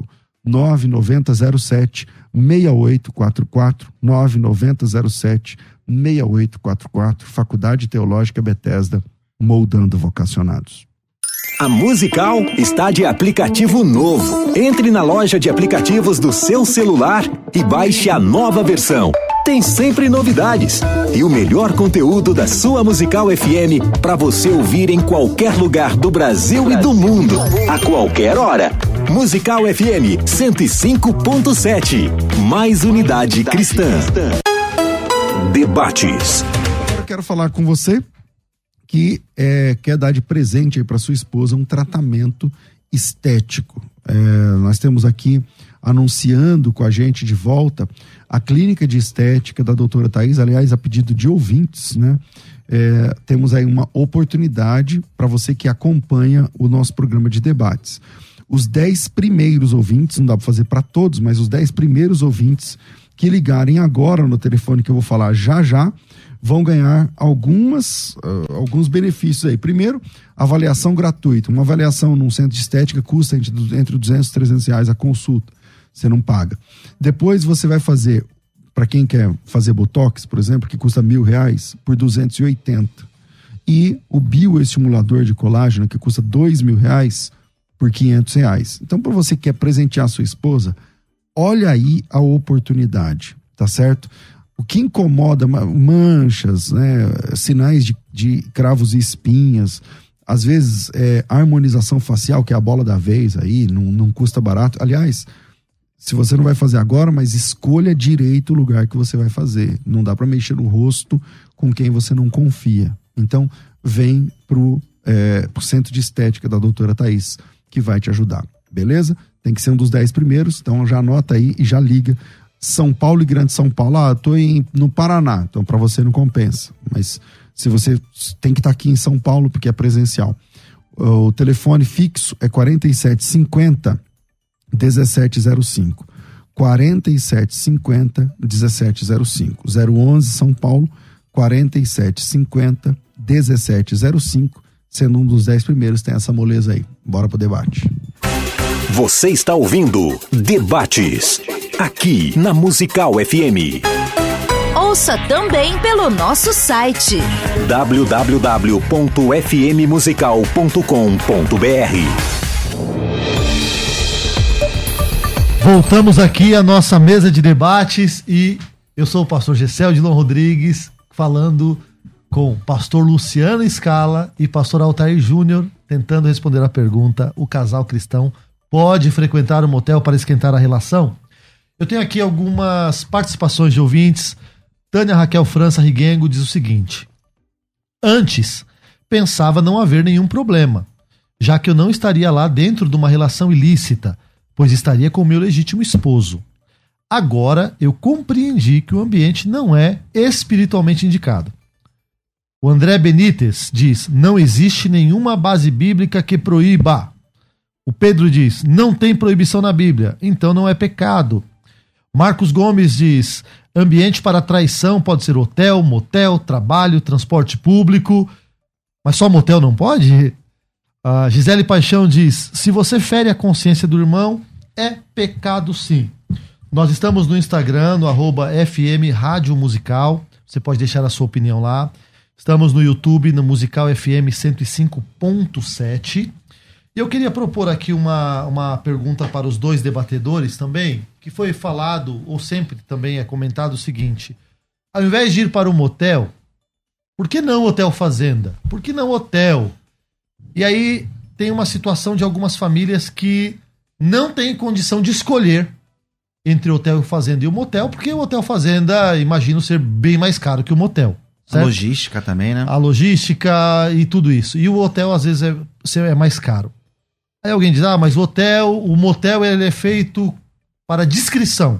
99007 6844, 99007 6844, Faculdade Teológica Bethesda, moldando vocacionados. A Musical está de aplicativo novo. Entre na loja de aplicativos do seu celular e baixe a nova versão. Tem sempre novidades e o melhor conteúdo da sua Musical FM para você ouvir em qualquer lugar do Brasil e do mundo, a qualquer hora. Musical FM 105.7. Mais unidade cristã. Debates. Agora eu quero falar com você que quer dar de presente para sua esposa um tratamento estético. Nós temos aqui anunciando com a gente de volta a clínica de estética da doutora Thaís, aliás, a pedido de ouvintes, né? Temos aí uma oportunidade para você que acompanha o nosso programa de debates. Os 10 primeiros ouvintes, não dá para fazer para todos, mas os 10 primeiros ouvintes que ligarem agora no telefone que eu vou falar já, vão ganhar alguns benefícios aí. Primeiro, avaliação gratuita. Uma avaliação num centro de estética custa entre R$200 e R$300 a consulta. Você não paga. Depois você vai fazer, para quem quer fazer botox, por exemplo, que custa R$1.000, por R$280. E o bioestimulador de colágeno, que custa R$2.000, por R$500. Então, para você que quer presentear a sua esposa, olha aí a oportunidade, tá certo? O que incomoda, manchas, né, sinais de cravos e espinhas, às vezes harmonização facial, que é a bola da vez aí, não custa barato. Aliás, se você não vai fazer agora, mas escolha direito o lugar que você vai fazer. Não dá para mexer no rosto com quem você não confia. Então, vem pro Centro de Estética da doutora Thaís, que vai te ajudar, beleza? Tem que ser um dos 10 primeiros, então já anota aí e já liga. São Paulo e Grande São Paulo, tô no Paraná, então para você não compensa. Mas se você tem que estar aqui em São Paulo, porque é presencial. O telefone fixo é 4750 1705. 4750 1705. 011 São Paulo, 4750 1705. Sendo um dos 10 primeiros, tem essa moleza aí. Bora pro debate. Você está ouvindo Debates, aqui na Musical FM. Ouça também pelo nosso site www.fmmusical.com.br. Voltamos aqui à nossa mesa de debates e eu sou o pastor Gessel de Lon Rodrigues, falando com o pastor Luciano Scala e pastor Altair Júnior, tentando responder a pergunta: o casal cristão pode frequentar um motel para esquentar a relação? Eu tenho aqui algumas participações de ouvintes. Tânia Raquel França Riguengo diz o seguinte: antes, pensava não haver nenhum problema, já que eu não estaria lá dentro de uma relação ilícita, pois estaria com meu legítimo esposo. Agora, eu compreendi que o ambiente não é espiritualmente indicado. O André Benítez diz: não existe nenhuma base bíblica que proíba. O Pedro diz: não tem proibição na Bíblia, então não é pecado. Marcos Gomes diz: ambiente para traição pode ser hotel, motel, trabalho, transporte público, mas só motel não pode? A Gisele Paixão diz: se você fere a consciência do irmão, é pecado sim. Nós estamos no Instagram, no @FM Rádio Musical, você pode deixar a sua opinião lá. Estamos no YouTube, no Musical FM 105.7. E eu queria propor aqui uma pergunta para os dois debatedores também, que foi falado, ou sempre também é comentado o seguinte: ao invés de ir para um motel, por que não hotel fazenda? Por que não hotel? E aí tem uma situação de algumas famílias que não têm condição de escolher entre o hotel e fazenda e o motel, porque o hotel fazenda, imagino, ser bem mais caro que o motel. Certo? A logística também, né? A logística e tudo isso. E o hotel, às vezes, é mais caro. Aí alguém diz: mas o motel ele é feito para discrição.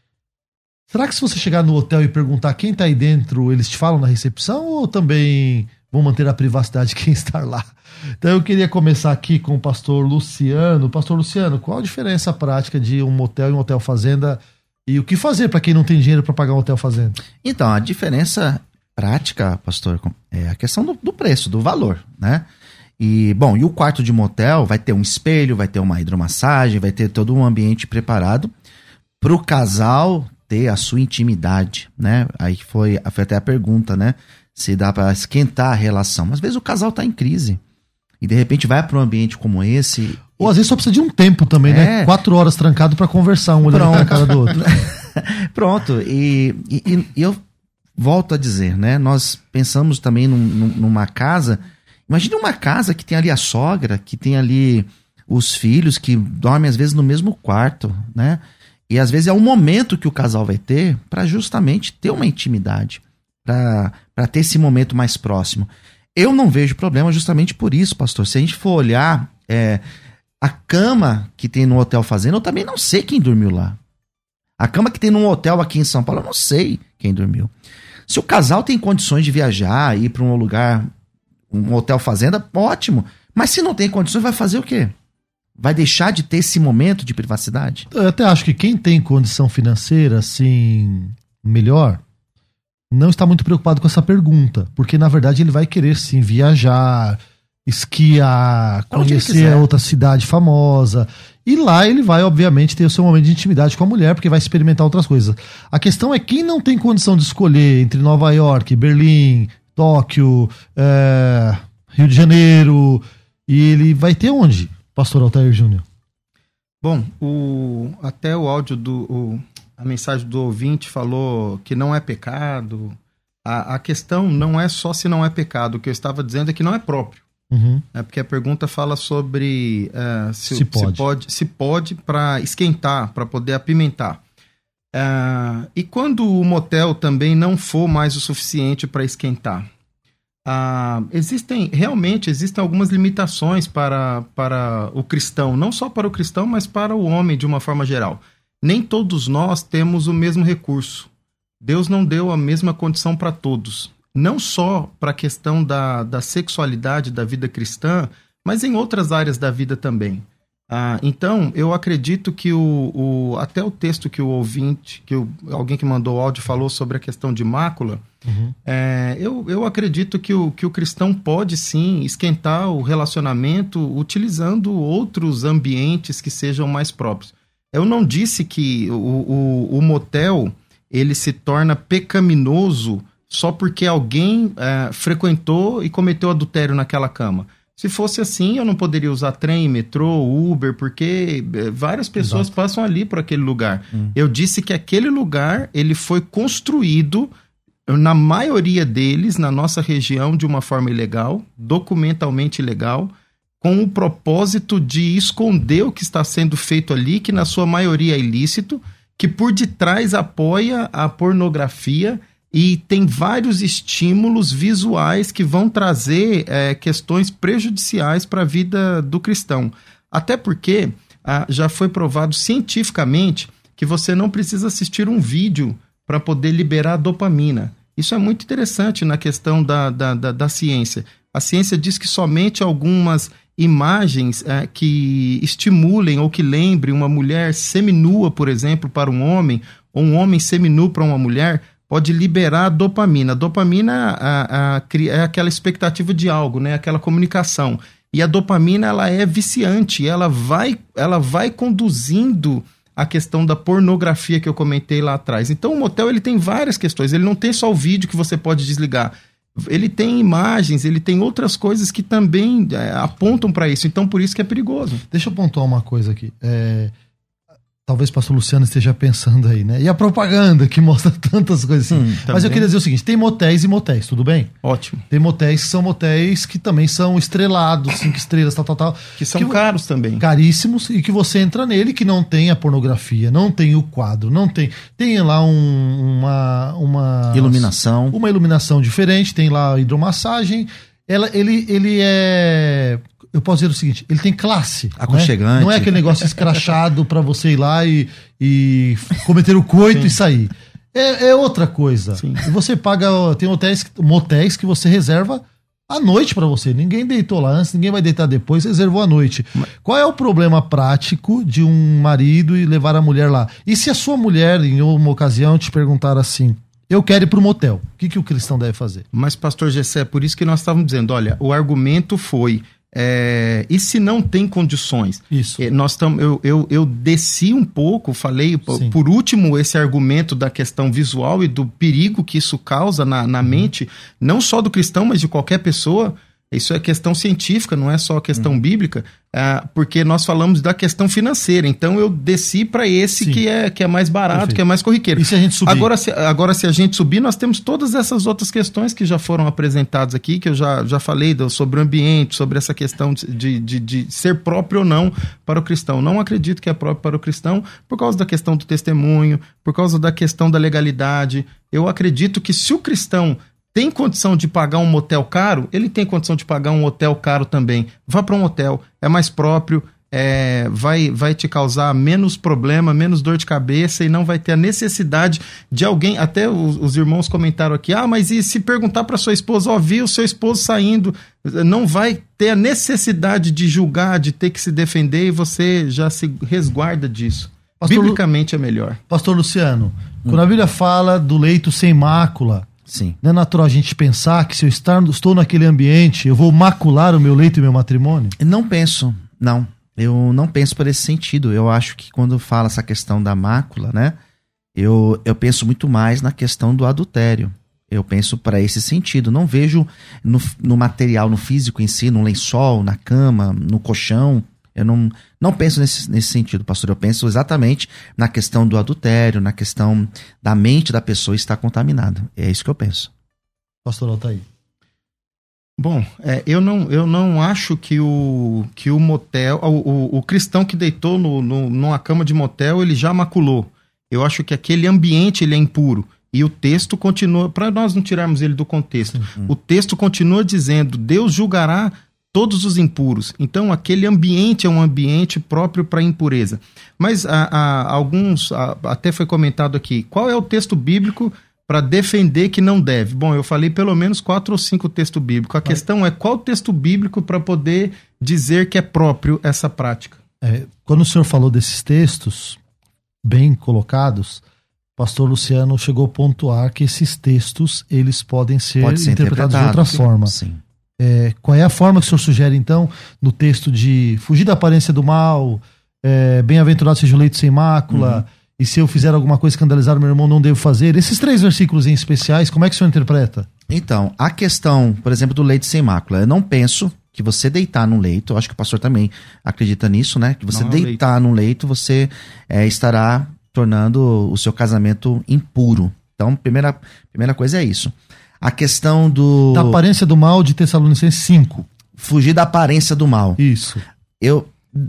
Será que se você chegar no hotel e perguntar quem está aí dentro, eles te falam na recepção ou também vão manter a privacidade de quem está lá? Então eu queria começar aqui com o pastor Luciano. Pastor Luciano, qual a diferença prática de um motel e um hotel fazenda e o que fazer para quem não tem dinheiro para pagar um hotel fazenda? Então, a diferença prática, pastor, é a questão do preço, do valor, né? E o quarto de motel vai ter um espelho, vai ter uma hidromassagem, vai ter todo um ambiente preparado para o casal ter a sua intimidade, né? Aí foi até a pergunta, né? Se dá para esquentar a relação. Mas às vezes o casal tá em crise e de repente vai para um ambiente como esse. Ou às vezes só precisa de um tempo também, né? 4 horas trancado para conversar, um olhando na cara do outro. Pronto. E eu volto a dizer, né? Nós pensamos também numa casa. Imagine uma casa que tem ali a sogra, que tem ali os filhos, que dormem às vezes no mesmo quarto, né? E às vezes é um momento que o casal vai ter para justamente ter uma intimidade, para ter esse momento mais próximo. Eu não vejo problema justamente por isso, pastor. Se a gente for olhar a cama que tem no hotel fazenda, eu também não sei quem dormiu lá. A cama que tem num hotel aqui em São Paulo, eu não sei quem dormiu. Se o casal tem condições de viajar, ir para um lugar, um hotel fazenda, ótimo. Mas se não tem condições, vai fazer o quê? Vai deixar de ter esse momento de privacidade? Eu até acho que quem tem condição financeira, assim, melhor, não está muito preocupado com essa pergunta. Porque, na verdade, ele vai querer, sim, viajar, esquiar, conhecer outra cidade famosa. E lá ele vai, obviamente, ter o seu momento de intimidade com a mulher, porque vai experimentar outras coisas. A questão é quem não tem condição de escolher entre Nova York, Berlim, Tóquio, Rio de Janeiro, e ele vai ter onde, pastor Altair Júnior? Bom, até o áudio a mensagem do ouvinte falou que não é pecado. A questão não é só se não é pecado, o que eu estava dizendo é que não é próprio. Porque a pergunta fala sobre se pode para esquentar, para poder apimentar. E quando o motel também não for mais o suficiente para esquentar? Existem algumas limitações para o cristão, não só para o cristão, mas para o homem de uma forma geral. Nem todos nós temos o mesmo recurso. Deus não deu a mesma condição para todos. Não só para a questão da sexualidade da vida cristã, mas em outras áreas da vida também. Então, eu acredito que até o texto que o ouvinte, alguém que mandou o áudio falou sobre a questão de mácula, eu acredito que o cristão pode sim esquentar o relacionamento utilizando outros ambientes que sejam mais próprios. Eu não disse que o motel ele se torna pecaminoso só porque alguém frequentou e cometeu adultério naquela cama. Se fosse assim, eu não poderia usar trem, metrô, Uber, porque várias pessoas passam ali por aquele lugar. Eu disse que aquele lugar ele foi construído, na maioria deles, na nossa região, de uma forma ilegal, documentalmente ilegal, com o propósito de esconder o que está sendo feito ali, que na sua maioria é ilícito, que por detrás apoia a pornografia e tem vários estímulos visuais que vão trazer questões prejudiciais para a vida do cristão. Até porque já foi provado cientificamente que você não precisa assistir um vídeo para poder liberar dopamina. Isso é muito interessante na questão da ciência. A ciência diz que somente algumas imagens que estimulem ou que lembrem uma mulher seminua, por exemplo, para um homem, ou um homem seminu para uma mulher, pode liberar dopamina. A dopamina é aquela expectativa de algo, né? Aquela comunicação. E a dopamina ela é viciante, ela vai conduzindo a questão da pornografia que eu comentei lá atrás. Então o motel ele tem várias questões, ele não tem só o vídeo que você pode desligar. Ele tem imagens, ele tem outras coisas que também apontam para isso. Então por isso que é perigoso. Deixa eu pontuar uma coisa aqui. Talvez o pastor Luciano esteja pensando aí, né? E a propaganda que mostra tantas coisas assim. Mas eu queria dizer o seguinte, tem motéis e motéis, tudo bem? Ótimo. Tem motéis que são motéis que também são estrelados, 5 estrelas, tal. Que são caros também. Caríssimos, e que você entra nele que não tem a pornografia, não tem o quadro, não tem... Tem lá uma iluminação. Uma iluminação diferente, tem lá a hidromassagem. Ele é... Eu posso dizer o seguinte, ele tem classe. Aconchegante. Né? Não é aquele negócio escrachado pra você ir lá e cometer o coito e sair. É outra coisa. Sim. E você paga... Tem motéis que você reserva à noite pra você. Ninguém deitou lá antes, ninguém vai deitar depois, reservou à noite. Qual é o problema prático de um marido e levar a mulher lá? E se a sua mulher, em uma ocasião, te perguntar assim... Eu quero ir pro motel. O que o cristão deve fazer? Mas, pastor Gessé, é por isso que nós estávamos dizendo, olha, o argumento foi... e se não tem condições? Isso. Eu desci um pouco, falei, por último, esse argumento da questão visual e do perigo que isso causa na mente, não só do cristão, mas de qualquer pessoa. Isso é questão científica, não é só questão bíblica, porque nós falamos da questão financeira. Então eu desci para esse que é mais barato, perfeito, que é mais corriqueiro. E se a gente subir? Agora, se a gente subir, nós temos todas essas outras questões que já foram apresentadas aqui, que eu já falei sobre o ambiente, sobre essa questão de ser próprio ou não para o cristão. Não acredito que é próprio para o cristão por causa da questão do testemunho, por causa da questão da legalidade. Eu acredito que se o cristão tem condição de pagar um motel caro, ele tem condição de pagar um hotel caro também. Vá para um hotel, é mais próprio, vai te causar menos problema, menos dor de cabeça e não vai ter a necessidade de alguém... Até os irmãos comentaram aqui, mas e se perguntar para sua esposa, viu o seu esposo saindo, não vai ter a necessidade de julgar, de ter que se defender e você já se resguarda disso. Biblicamente é melhor. Pastor Luciano, quando a Bíblia fala do leito sem mácula, sim, não é natural a gente pensar que se eu estou naquele ambiente, eu vou macular o meu leito e meu matrimônio? Não penso, não. Eu não penso por esse sentido. Eu acho que quando fala essa questão da mácula, né? Eu penso muito mais na questão do adultério. Eu penso para esse sentido. Não vejo no material, no físico em si, no lençol, na cama, no colchão. Eu não penso nesse sentido, pastor. Eu penso exatamente na questão do adultério, na questão da mente da pessoa estar contaminada. É isso que eu penso. Pastor Altair. Bom, eu não acho que o motel, o cristão que deitou numa cama de motel, ele já maculou. Eu acho que aquele ambiente ele é impuro. E o texto continua, para nós não tirarmos ele do contexto, o texto continua dizendo, Deus julgará todos os impuros. Então, aquele ambiente é um ambiente próprio para impureza. Mas alguns, até foi comentado aqui, qual é o texto bíblico para defender que não deve? Bom, eu falei pelo menos 4 ou 5 textos bíblicos. A questão é qual texto bíblico para poder dizer que é próprio essa prática. Quando o senhor falou desses textos bem colocados, o pastor Luciano chegou a pontuar que esses textos eles podem ser interpretados de outra forma. Sim. Qual é a forma que o senhor sugere, então, no texto de fugir da aparência do mal, bem-aventurado seja o leito sem mácula, e se eu fizer alguma coisa escandalizar o meu irmão, não devo fazer? Esses 3 versículos em especiais, como é que o senhor interpreta? Então, a questão, por exemplo, do leito sem mácula, eu não penso que você deitar num leito, eu acho que o pastor também acredita nisso, né? Que você deitar num leito, você estará tornando o seu casamento impuro. Então, primeira coisa é isso. A questão da aparência do mal de Tessalonicenses 5. Fugir da aparência do mal. Isso. Eu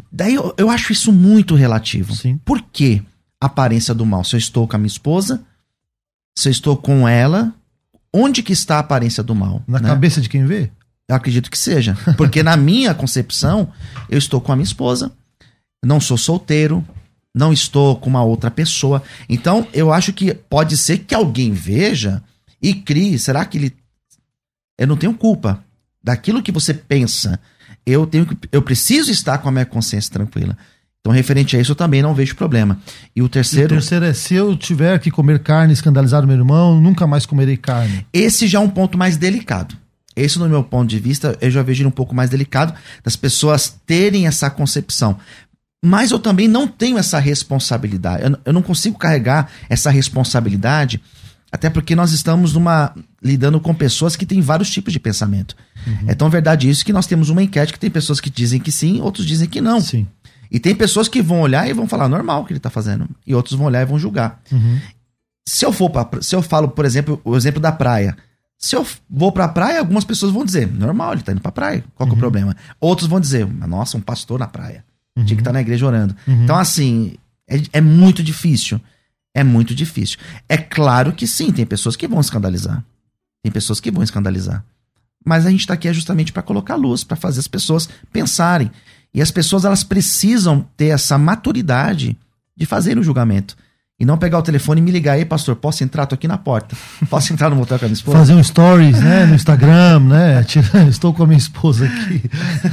acho isso muito relativo. Sim. Por que aparência do mal? Se eu estou com a minha esposa, se eu estou com ela, onde que está a aparência do mal? Na cabeça de quem vê? Eu acredito que seja. Porque na minha concepção, eu estou com a minha esposa, não sou solteiro, não estou com uma outra pessoa. Então, eu acho que pode ser que alguém veja e crie. Será que ele... Eu não tenho culpa daquilo que você pensa. Eu preciso estar com a minha consciência tranquila. Então, referente a isso, eu também não vejo problema. E o terceiro é, se eu tiver que comer carne e escandalizar o meu irmão, nunca mais comerei carne. Esse já é um ponto mais delicado. Esse, no meu ponto de vista, eu já vejo ele um pouco mais delicado, das pessoas terem essa concepção. Mas eu também não tenho essa responsabilidade. Eu não consigo carregar essa responsabilidade, até porque nós estamos lidando com pessoas que têm vários tipos de pensamento. É tão verdade isso que nós temos uma enquete que tem pessoas que dizem que sim, outros dizem que não. Sim. E tem pessoas que vão olhar e vão falar normal o que ele está fazendo. E outros vão olhar e vão julgar. Se eu falo, por exemplo, o exemplo da praia. Se eu vou pra praia, algumas pessoas vão dizer, normal, ele tá indo pra praia, qual que é o problema? Outros vão dizer, nossa, um pastor na praia, tinha que estar na igreja orando. Então, assim, é muito difícil. É muito difícil. É claro que sim, tem pessoas que vão escandalizar. Mas a gente tá aqui justamente para colocar luz, para fazer as pessoas pensarem. E as pessoas, elas precisam ter essa maturidade de fazer o julgamento. E não pegar o telefone e me ligar aí, pastor, posso entrar? Tô aqui na porta. Posso entrar no motel com a minha esposa? Fazer um stories, né, no Instagram, né? Estou com a minha esposa aqui.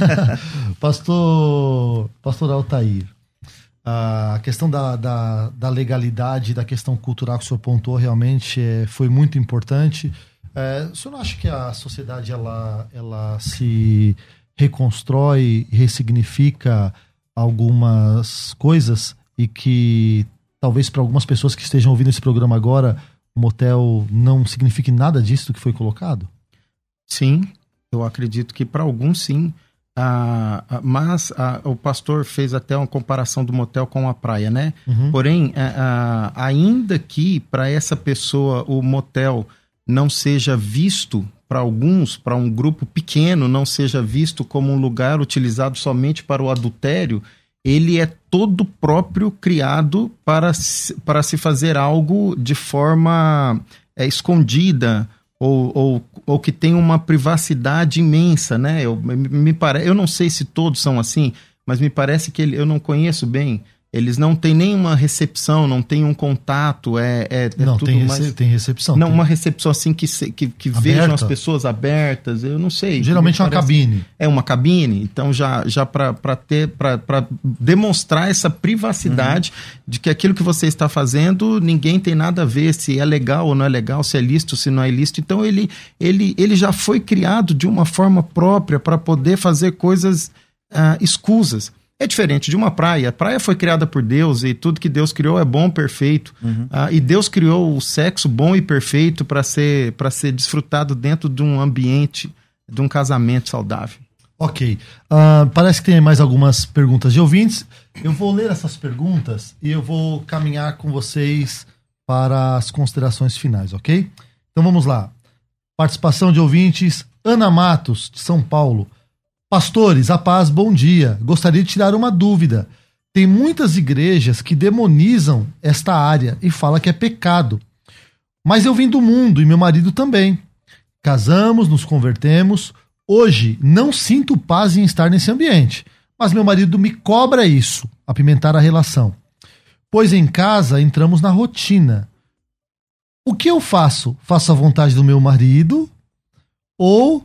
Pastor Altair, a questão da legalidade, da questão cultural que o senhor pontuou realmente foi muito importante. O senhor não acha que a sociedade ela se reconstrói, ressignifica algumas coisas e que talvez para algumas pessoas que estejam ouvindo esse programa agora, o motel não signifique nada disso que foi colocado? Sim, eu acredito que para alguns sim. Mas o pastor fez até uma comparação do motel com a praia, né? Porém, ainda que para essa pessoa o motel não seja visto, para alguns, para um grupo pequeno, não seja visto como um lugar utilizado somente para o adultério, ele é todo próprio criado para se fazer algo de forma escondida ou que tem uma privacidade imensa, né? Eu não sei se todos são assim, mas me parece que eu não conheço bem. Eles não têm nenhuma recepção, não tem um contato, não, tudo tem recepção. Não, tem. uma recepção assim que vejam as pessoas abertas, eu não sei. Geralmente é uma cabine. É uma cabine, então já para demonstrar essa privacidade de que aquilo que você está fazendo, ninguém tem nada a ver se é legal ou não é legal, se é lícito, se não é lícito. Então ele já foi criado de uma forma própria para poder fazer coisas escusas. É diferente de uma praia. A praia foi criada por Deus e tudo que Deus criou é bom, perfeito. E Deus criou o sexo bom e perfeito para ser desfrutado dentro de um ambiente, de um casamento saudável. Ok. Parece que tem mais algumas perguntas de ouvintes. Eu vou ler essas perguntas e eu vou caminhar com vocês para as considerações finais, ok? Então vamos lá. Participação de ouvintes. Ana Matos, de São Paulo. Pastores, a paz, bom dia. Gostaria de tirar uma dúvida. Tem muitas igrejas que demonizam esta área e falam que é pecado. Mas eu vim do mundo e meu marido também. Casamos, nos convertemos. Hoje não sinto paz em estar nesse ambiente. Mas meu marido me cobra isso, apimentar a relação. Pois em casa entramos na rotina. O que eu faço? Faço a vontade do meu marido ou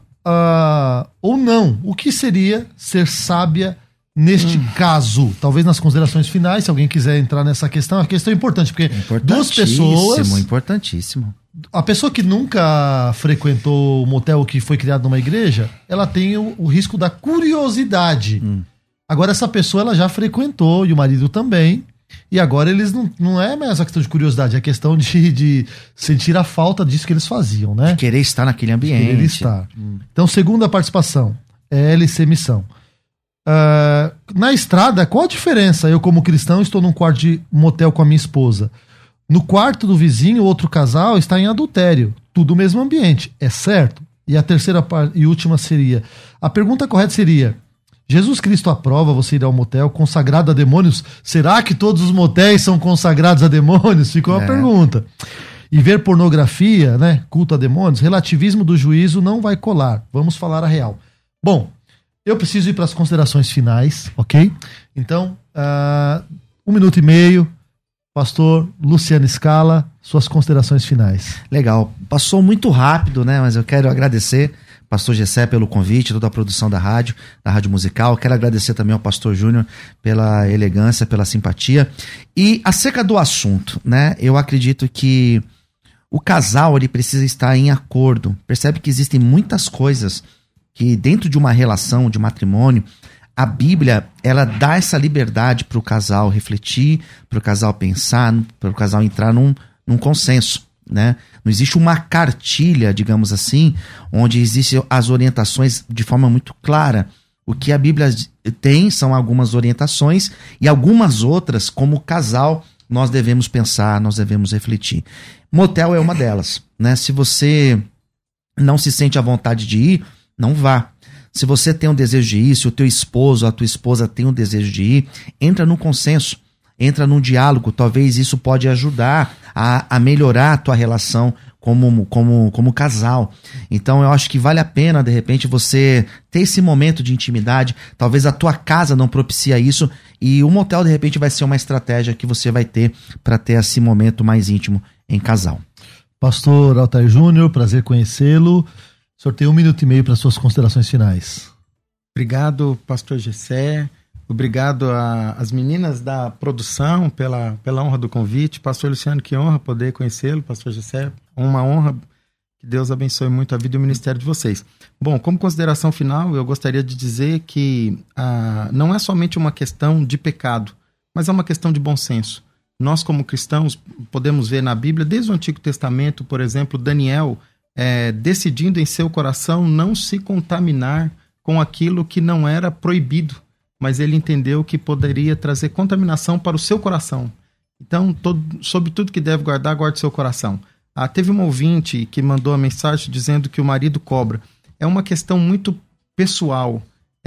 não? O que seria ser sábia neste caso? Talvez nas considerações finais, se alguém quiser entrar nessa questão. A questão é importante, porque duas pessoas... Importantíssimo. A pessoa que nunca frequentou o motel que foi criado numa igreja, ela tem o risco da curiosidade. Agora essa pessoa ela já frequentou, e o marido também, e agora eles não é mais a questão de curiosidade, é a questão de sentir a falta disso que eles faziam, né? De querer estar naquele ambiente. Querer estar. Então, segunda participação, LC Missão. Na estrada, qual a diferença? Eu, como cristão, estou num quarto de motel com a minha esposa. No quarto do vizinho, outro casal está em adultério. Tudo o mesmo ambiente. É certo? E a terceira e última seria... A pergunta correta seria... Jesus Cristo aprova você ir ao motel consagrado a demônios? Será que todos os motéis são consagrados a demônios? Ficou uma pergunta. E ver pornografia, né? Culto a demônios, relativismo do juízo não vai colar. Vamos falar a real. Bom, eu preciso ir para as considerações finais, ok? Então, 1 minuto e meio. Pastor Luciano Scala, suas considerações finais. Legal. Passou muito rápido, né? Mas eu quero agradecer pastor Gessé pelo convite, toda a produção da rádio musical. Quero agradecer também ao pastor Júnior pela elegância, pela simpatia. E acerca do assunto, né? Eu acredito que o casal ele precisa estar em acordo. Percebe que existem muitas coisas que dentro de uma relação, de matrimônio, a Bíblia, ela dá essa liberdade para o casal refletir, para o casal pensar, para o casal entrar num consenso, né? Não existe uma cartilha, digamos assim, onde existem as orientações de forma muito clara. O que a Bíblia tem são algumas orientações e algumas outras, como casal, nós devemos pensar, nós devemos refletir. Motel é uma delas, né? Se você não se sente à vontade de ir, não vá. Se você tem um desejo de ir, se o teu esposo, a tua esposa tem um desejo de ir, entra num consenso, entra num diálogo. Talvez isso pode ajudar a melhorar a tua relação como casal. Então eu acho que vale a pena, de repente, você ter esse momento de intimidade. Talvez a tua casa não propicia isso e o motel, de repente, vai ser uma estratégia que você vai ter para ter esse momento mais íntimo em casal. Pastor Altair Júnior, prazer conhecê-lo. O senhor tem 1 minuto e meio para suas considerações finais. Obrigado, pastor Gessé. Obrigado às meninas da produção pela honra do convite. Pastor Luciano, que honra poder conhecê-lo. Pastor Gessé, uma honra. Que Deus abençoe muito a vida e o ministério de vocês. Bom, como consideração final, eu gostaria de dizer que não é somente uma questão de pecado, mas é uma questão de bom senso. Nós, como cristãos, podemos ver na Bíblia, desde o Antigo Testamento, por exemplo, Daniel decidindo em seu coração não se contaminar com aquilo que não era proibido, mas ele entendeu que poderia trazer contaminação para o seu coração. Então, sobre tudo que deve guardar, guarde seu coração. Teve um ouvinte que mandou a mensagem dizendo que o marido cobra. É uma questão muito pessoal.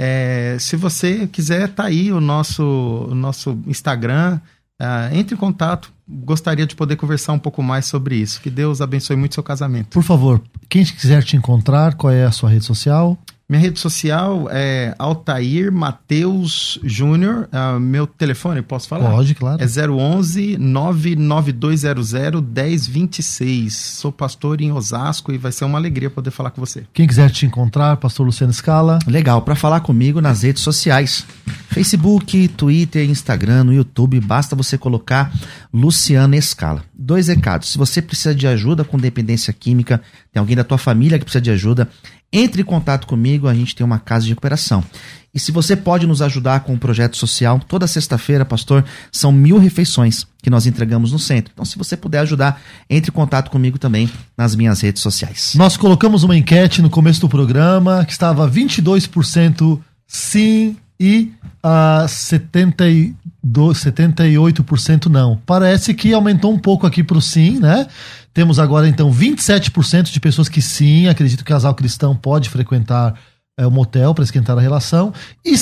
Se você quiser, tá aí o nosso Instagram. Entre em contato. Gostaria de poder conversar um pouco mais sobre isso. Que Deus abençoe muito seu casamento. Por favor, quem quiser te encontrar, qual é a sua rede social? Minha rede social é Altair Mateus Júnior. Meu telefone, posso falar? Pode, claro. É 011 99200 1026. Sou pastor em Osasco e vai ser uma alegria poder falar com você. Quem quiser te encontrar, pastor Luciano Scala. Legal, para falar comigo nas redes sociais. Facebook, Twitter, Instagram, no YouTube, basta você colocar Luciano Scala. 2 recados. Se você precisa de ajuda com dependência química, tem alguém da tua família que precisa de ajuda, entre em contato comigo, a gente tem uma casa de recuperação. E se você pode nos ajudar com um projeto social, toda sexta-feira, pastor, são 1000 refeições que nós entregamos no centro. Então, se você puder ajudar, entre em contato comigo também nas minhas redes sociais. Nós colocamos uma enquete no começo do programa que estava 22% sim e 78% não. Parece que aumentou um pouco aqui para o sim, né? Temos agora, então, 27% de pessoas que sim, acredito que o casal cristão pode frequentar o motel para esquentar a relação, e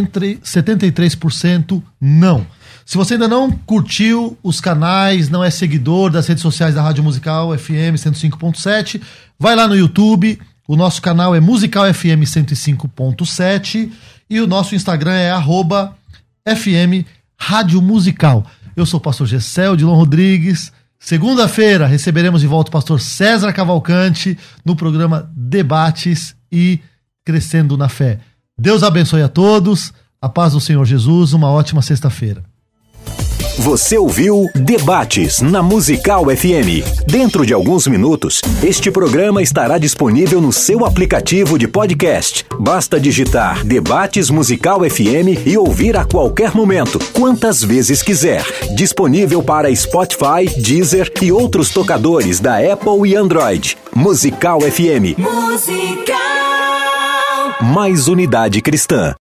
73% não. Se você ainda não curtiu os canais, não é seguidor das redes sociais da Rádio Musical FM 105.7, vai lá no YouTube, o nosso canal é Musical FM 105.7 e o nosso Instagram é @FM Rádio Musical. Eu sou o pastor Gessel Dilon Rodrigues. Segunda-feira receberemos de volta o pastor César Cavalcante no programa Debates e Crescendo na Fé. Deus abençoe a todos, a paz do Senhor Jesus, uma ótima sexta-feira. Você ouviu Debates na Musical FM. Dentro de alguns minutos, este programa estará disponível no seu aplicativo de podcast. Basta digitar Debates Musical FM e ouvir a qualquer momento, quantas vezes quiser. Disponível para Spotify, Deezer e outros tocadores da Apple e Android. Musical FM. Musical. Mais unidade cristã.